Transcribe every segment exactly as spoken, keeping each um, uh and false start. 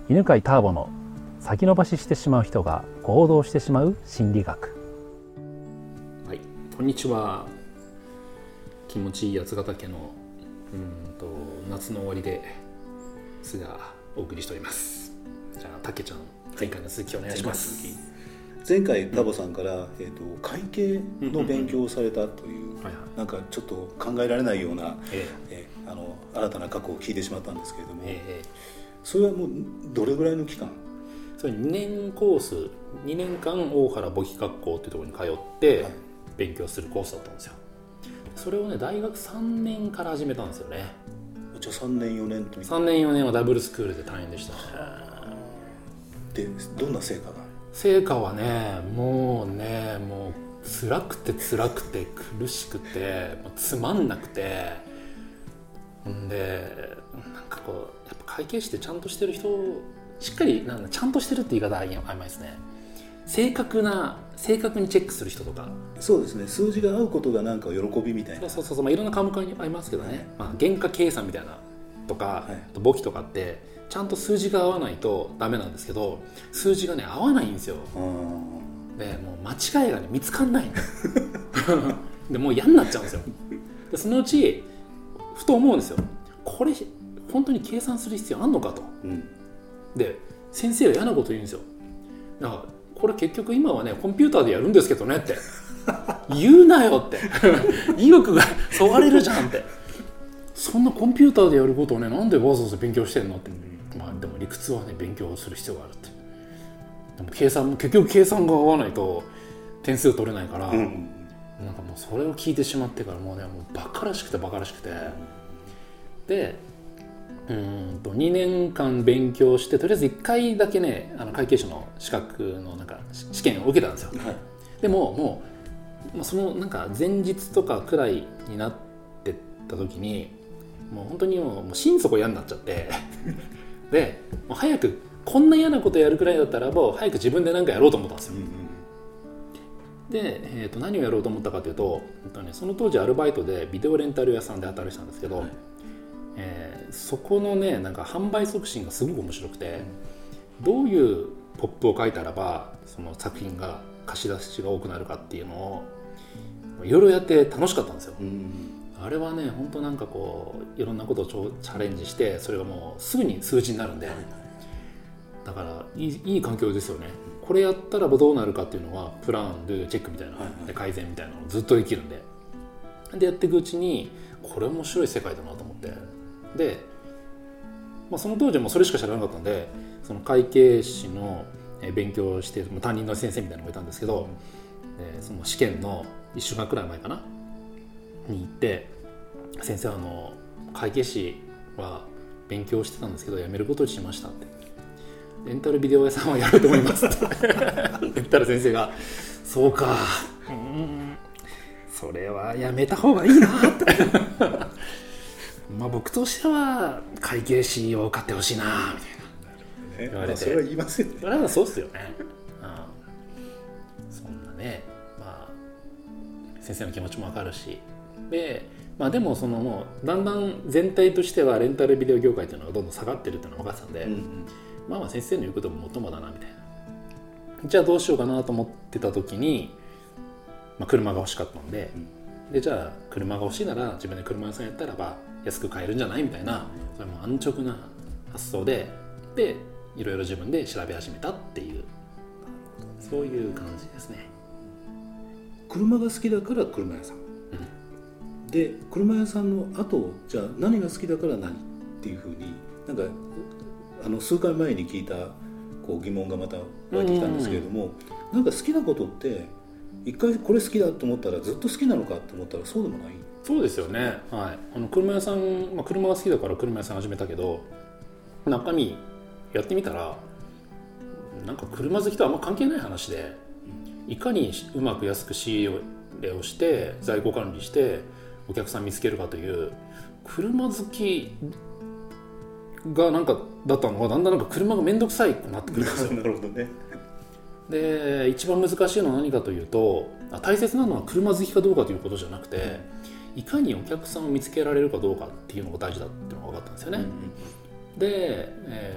犬飼ターボの先延ばししてしまう人が行動してしまう心理学。 はい、こんにちは。気持ちいい八ヶ岳のうんと夏の終わりですがお送りしております。じゃあたけちゃん、前回の続きお願いします。 前回タボさんから、うんえー、と会計の勉強をされたという、うんうんうん、なんかちょっと考えられないような、えええー、あの新たな過去を聞いてしまったんですけれども、ええ、それはもうどれぐらいの期間？ それにねんコース、にねんかん大原簿記学校っていうところに通って勉強するコースだったんですよ。それをね大学さんねんから始めたんですよね。 じゃあさんねんよねんとさんねんよねんはダブルスクールで大変でしたね。 でどんな成果が？ 成果はねもうねもう辛くて辛くて苦しくてもうつまんなくて、んでなんかこうやっぱ会計士ってちゃんとしてる人、しっかりなんだちゃんとしてるって言い方は曖昧ですね。正確な正確にチェックする人とか。 そうですね、数字が合うことがなんか喜びみたいな。 そうそうそう、まあ、いろんな科目にありますけどね、はいまあ、原価計算みたいなとか、はい、簿記とかってちゃんと数字が合わないとダメなんですけど、数字がね合わないんですよ。でもう間違いがね見つかんないでもう嫌になっちゃうんですよ。でそのうちふと思うんですよ、これ本当に計算する必要あんのかと、うん、で先生は嫌なこと言うんですよ。だからこれ結局今はねコンピューターでやるんですけどねって言うなよって意欲がそがれるじゃんって、そんなコンピューターでやることをねなんでわざわざ勉強してんのって、まあ、でも理屈はね勉強する必要があるって。でも計算も結局計算が合わないと点数取れないから、うん、なんかもうそれを聞いてしまってからもうねもうバカらしくてバカらしくて、でうーんとにねんかん勉強してとりあえずいっかいだけねあの会計士の資格のなんか試験を受けたんですよ、はい、でももう、まあ、そのなんか前日とかくらいになってった時にもう本当にもう、もう心底嫌になっちゃってでもう早くこんな嫌なことやるくらいだったらもう早く自分で何かやろうと思ったんですよ、うんうん、で、えー、と何をやろうと思ったかというと、えっとね、その当時アルバイトでビデオレンタル屋さんで働いてたんですけど、はいえー、そこのねなんか販売促進がすごく面白くて、うん、どういうポップを書いたらばその作品が貸し出しが多くなるかっていうのをいろいろやって楽しかったんですよ、うん、あれはね本当なんかこういろんなことをチャレンジしてそれがもうすぐに数字になるんで、だからいい、いい環境ですよね。これやったらどうなるかっていうのはプラン、ドゥ、チェックみたいな、はいはい、で改善みたいなのをずっとできるんで、でやっていくうちにこれ面白い世界だなと思って、で、まあ、その当時はもうそれしか知らなかったんでその会計士の勉強をして担任の先生みたいなのがいたんですけど、でその試験のいっしゅうかんくらい前かなに行って、先生はあの会計士は勉強してたんですけど辞めることにしましたって、レンタルビデオ屋さんはやろうと思いますって言ったら先生がそうかうんそれはやめた方がいいなってまあ僕としては会計士を受かってほしいなみたいな言われて、 それは言いますよね。 それはそうっすよね、うん、そんなねまあ先生の気持ちも分かるし、でまあでもそのもうだんだん全体としてはレンタルビデオ業界というのがどんどん下がってるっていうのが分かってたんで、うんうんまあまあ先生の言うことももっともだなみたいな。じゃあどうしようかなと思ってた時に、まあ、車が欲しかったんで、うん、でじゃあ車が欲しいなら自分で車屋さんやったらば安く買えるんじゃないみたいな、それも安直な発想ででいろいろ自分で調べ始めたっていう、そういう感じですね。 車が好きだから車屋さん、うん、で車屋さんの後じゃあ何が好きだから何っていうふうになんかあの数回前に聞いたこう疑問がまた湧いてきたんですけれども、なんか好きなことって一回これ好きだと思ったらずっと好きなのかと思ったらそうでもない。 そうですよね、はい、あの車屋さん、まあ、車が好きだから車屋さん始めたけど中身やってみたらなんか車好きとあんま関係ない話で、いかにうまく安く仕入れをして在庫管理してお客さん見つけるかという車好きがなんかだったのがだんだんなんか車がめんどくさいくなってくるんですよ。 なるほどね。 で一番難しいのは何かというと、大切なのは車好きかどうかということじゃなくて、いかにお客さんを見つけられるかどうかっていうのが大事だっていうのが分かったんですよね、うんうん、で、え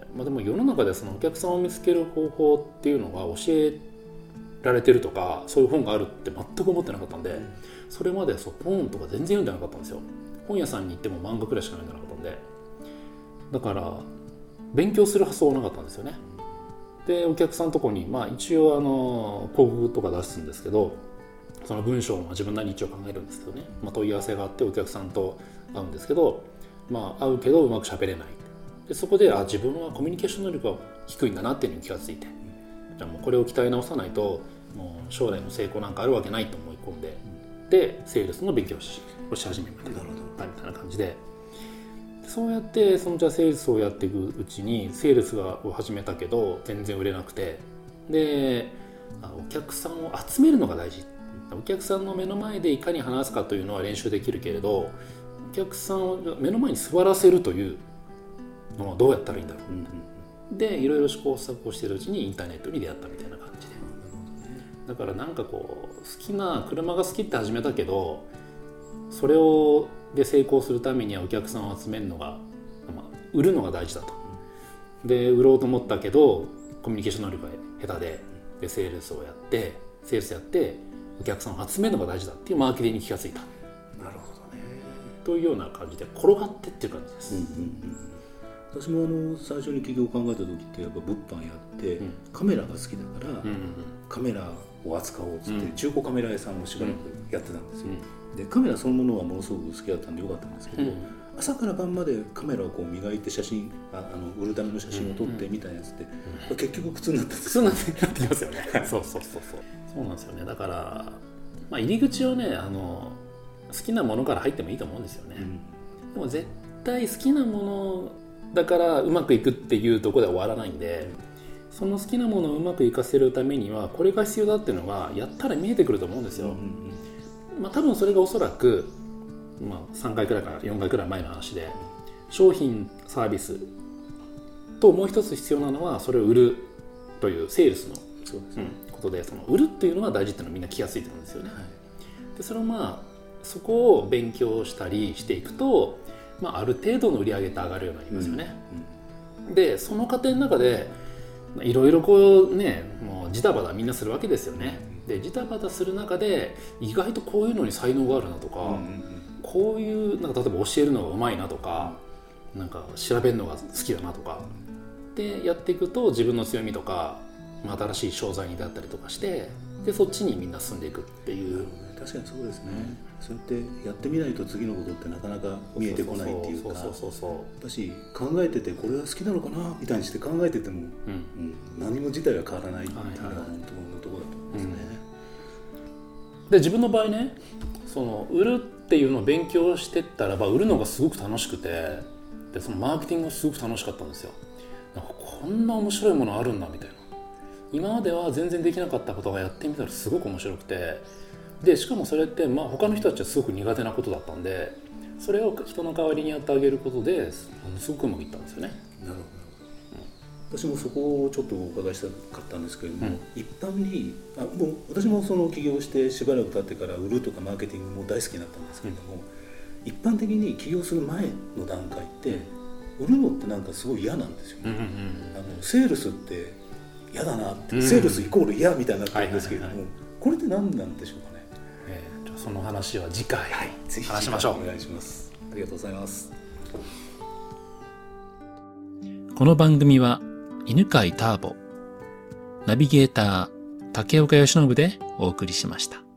まあ、でも世の中でそのお客さんを見つける方法っていうのが教えられてるとかそういう本があるって全く思ってなかったんで、うん、それまでそう本とか全然読んでなかったんですよ。本屋さんに行っても漫画くらいしか読んでなかったんで、だから勉強する発想はなかったんですよね。でお客さんのとこに、まあ、一応あの広告とか出すんですけど、その文章も自分なりに一応考えるんですけどね、まあ、問い合わせがあってお客さんと会うんですけど、まあ、会うけどうまく喋れない。でそこであ自分はコミュニケーション能力が低いんだなっていうのに気がついて、じゃあもうこれを鍛え直さないともう将来の成功なんかあるわけないと思い込んで、でセールスの勉強を し, をし始めましたみたいな感じで、そうやってそのじゃあセールスをやっていくうちにセールスを始めたけど全然売れなくて、でお客さんを集めるのが大事。お客さんの目の前でいかに話すかというのは練習できるけれど、お客さんを目の前に座らせるというのはどうやったらいいんだろう、うんうん、でいろいろ試行錯誤しているうちにインターネットに出会ったみたいな感じで、だからなんかこう好きな車が好きって始めたけど、それをで成功するためにはお客さんを集めるのが、まあ、売るのが大事だと。で売ろうと思ったけどコミュニケーション能力が下手で、でセールスをやってセールスやってお客さんを集めるのが大事だっていうマーケティングに気がついた。 なるほどね。 というような感じで転がってっていう感じです。 うんうんうん、私もあの最初に起業を考えた時ってやっぱ物販やって、うん、カメラが好きだから、うんうんうん、カメラを扱おうっつって、うん、中古カメラ屋さんをしばらくやってたんですよ、うん、でカメラそのものはものすごく好きだったんでよかったんですけど、うん、朝から晩までカメラをこう磨いて写真 あ, あの売るための写真を撮ってみたいなやつって、うん、結局苦痛になったんですよ。 苦痛になってきますよねそうそうそうそうそうなんですよね。だから、まあ、入り口をねあの好きなものから入ってもいいと思うんですよね、うん、でも絶対好きなものだからうまくいくっていうところでは終わらないんで、その好きなものをうまくいかせるためにはこれが必要だっていうのがやったら見えてくると思うんですよ、うんうん、まあ、多分それがおそらく、まあ、さんかいくらいからよんかいくらい前の話で、商品サービスともう一つ必要なのはそれを売るというセールスのそうです、ね、うん、ことで、その売るっていうのが大事っていうのはみんな気がついてるんですよね、はい、でそれをまあそこを勉強したりしていくと、まあ、ある程度の売り上げって上がるようになりますよね、うんうん、でその過程の中でいろいろこうねもうジタバタみんなするわけですよね。でジタバタする中で意外とこういうのに才能があるなとか、うんうんうん、こういうなんか例えば教えるのがうまいなとか、なんか調べるのが好きだなとかでやっていくと自分の強みとか、まあ、新しい商材に出会ったりとかして、でそっちにみんな進んでいくっていう。 確かにそうですね、うん、そうやってやってみないと次のことってなかなか見えてこないっていうか、私考えててこれは好きなのかなみたいにして考えてても、うんうん、何も自体は変わらないっていうのが本当のところだと思いますね、 うん、で自分の場合ね、その売るっていうのを勉強してったらば売るのがすごく楽しくて、でそのマーケティングがすごく楽しかったんですよ。なんかこんな面白いものあるんだみたいな、今までは全然できなかったことがやってみたらすごく面白くて、でしかもそれって、まあ、他の人たちはすごく苦手なことだったんで、それを人の代わりにやってあげることですごくうまくいったんですよね。 なるほど、うん、私もそこをちょっとお伺いしたかったんですけれども、うん、一般にあもう私もその起業してしばらく経ってから売るとかマーケティングも大好きになったんですけれども、うん、一般的に起業する前の段階って、うん、売るのってなんかすごい嫌なんですよね、うんうんうん、あのセールスって嫌だなって、うん、セールスイコール嫌みたいになってるんですけれども、はいはいはいはい、これって何なんでしょうかね。 えー、その話は次回、はい、ぜひ話しましょう。 お願いします。ありがとうございます。 この番組は犬飼ターボ、ナビゲーター竹岡由伸でお送りしました。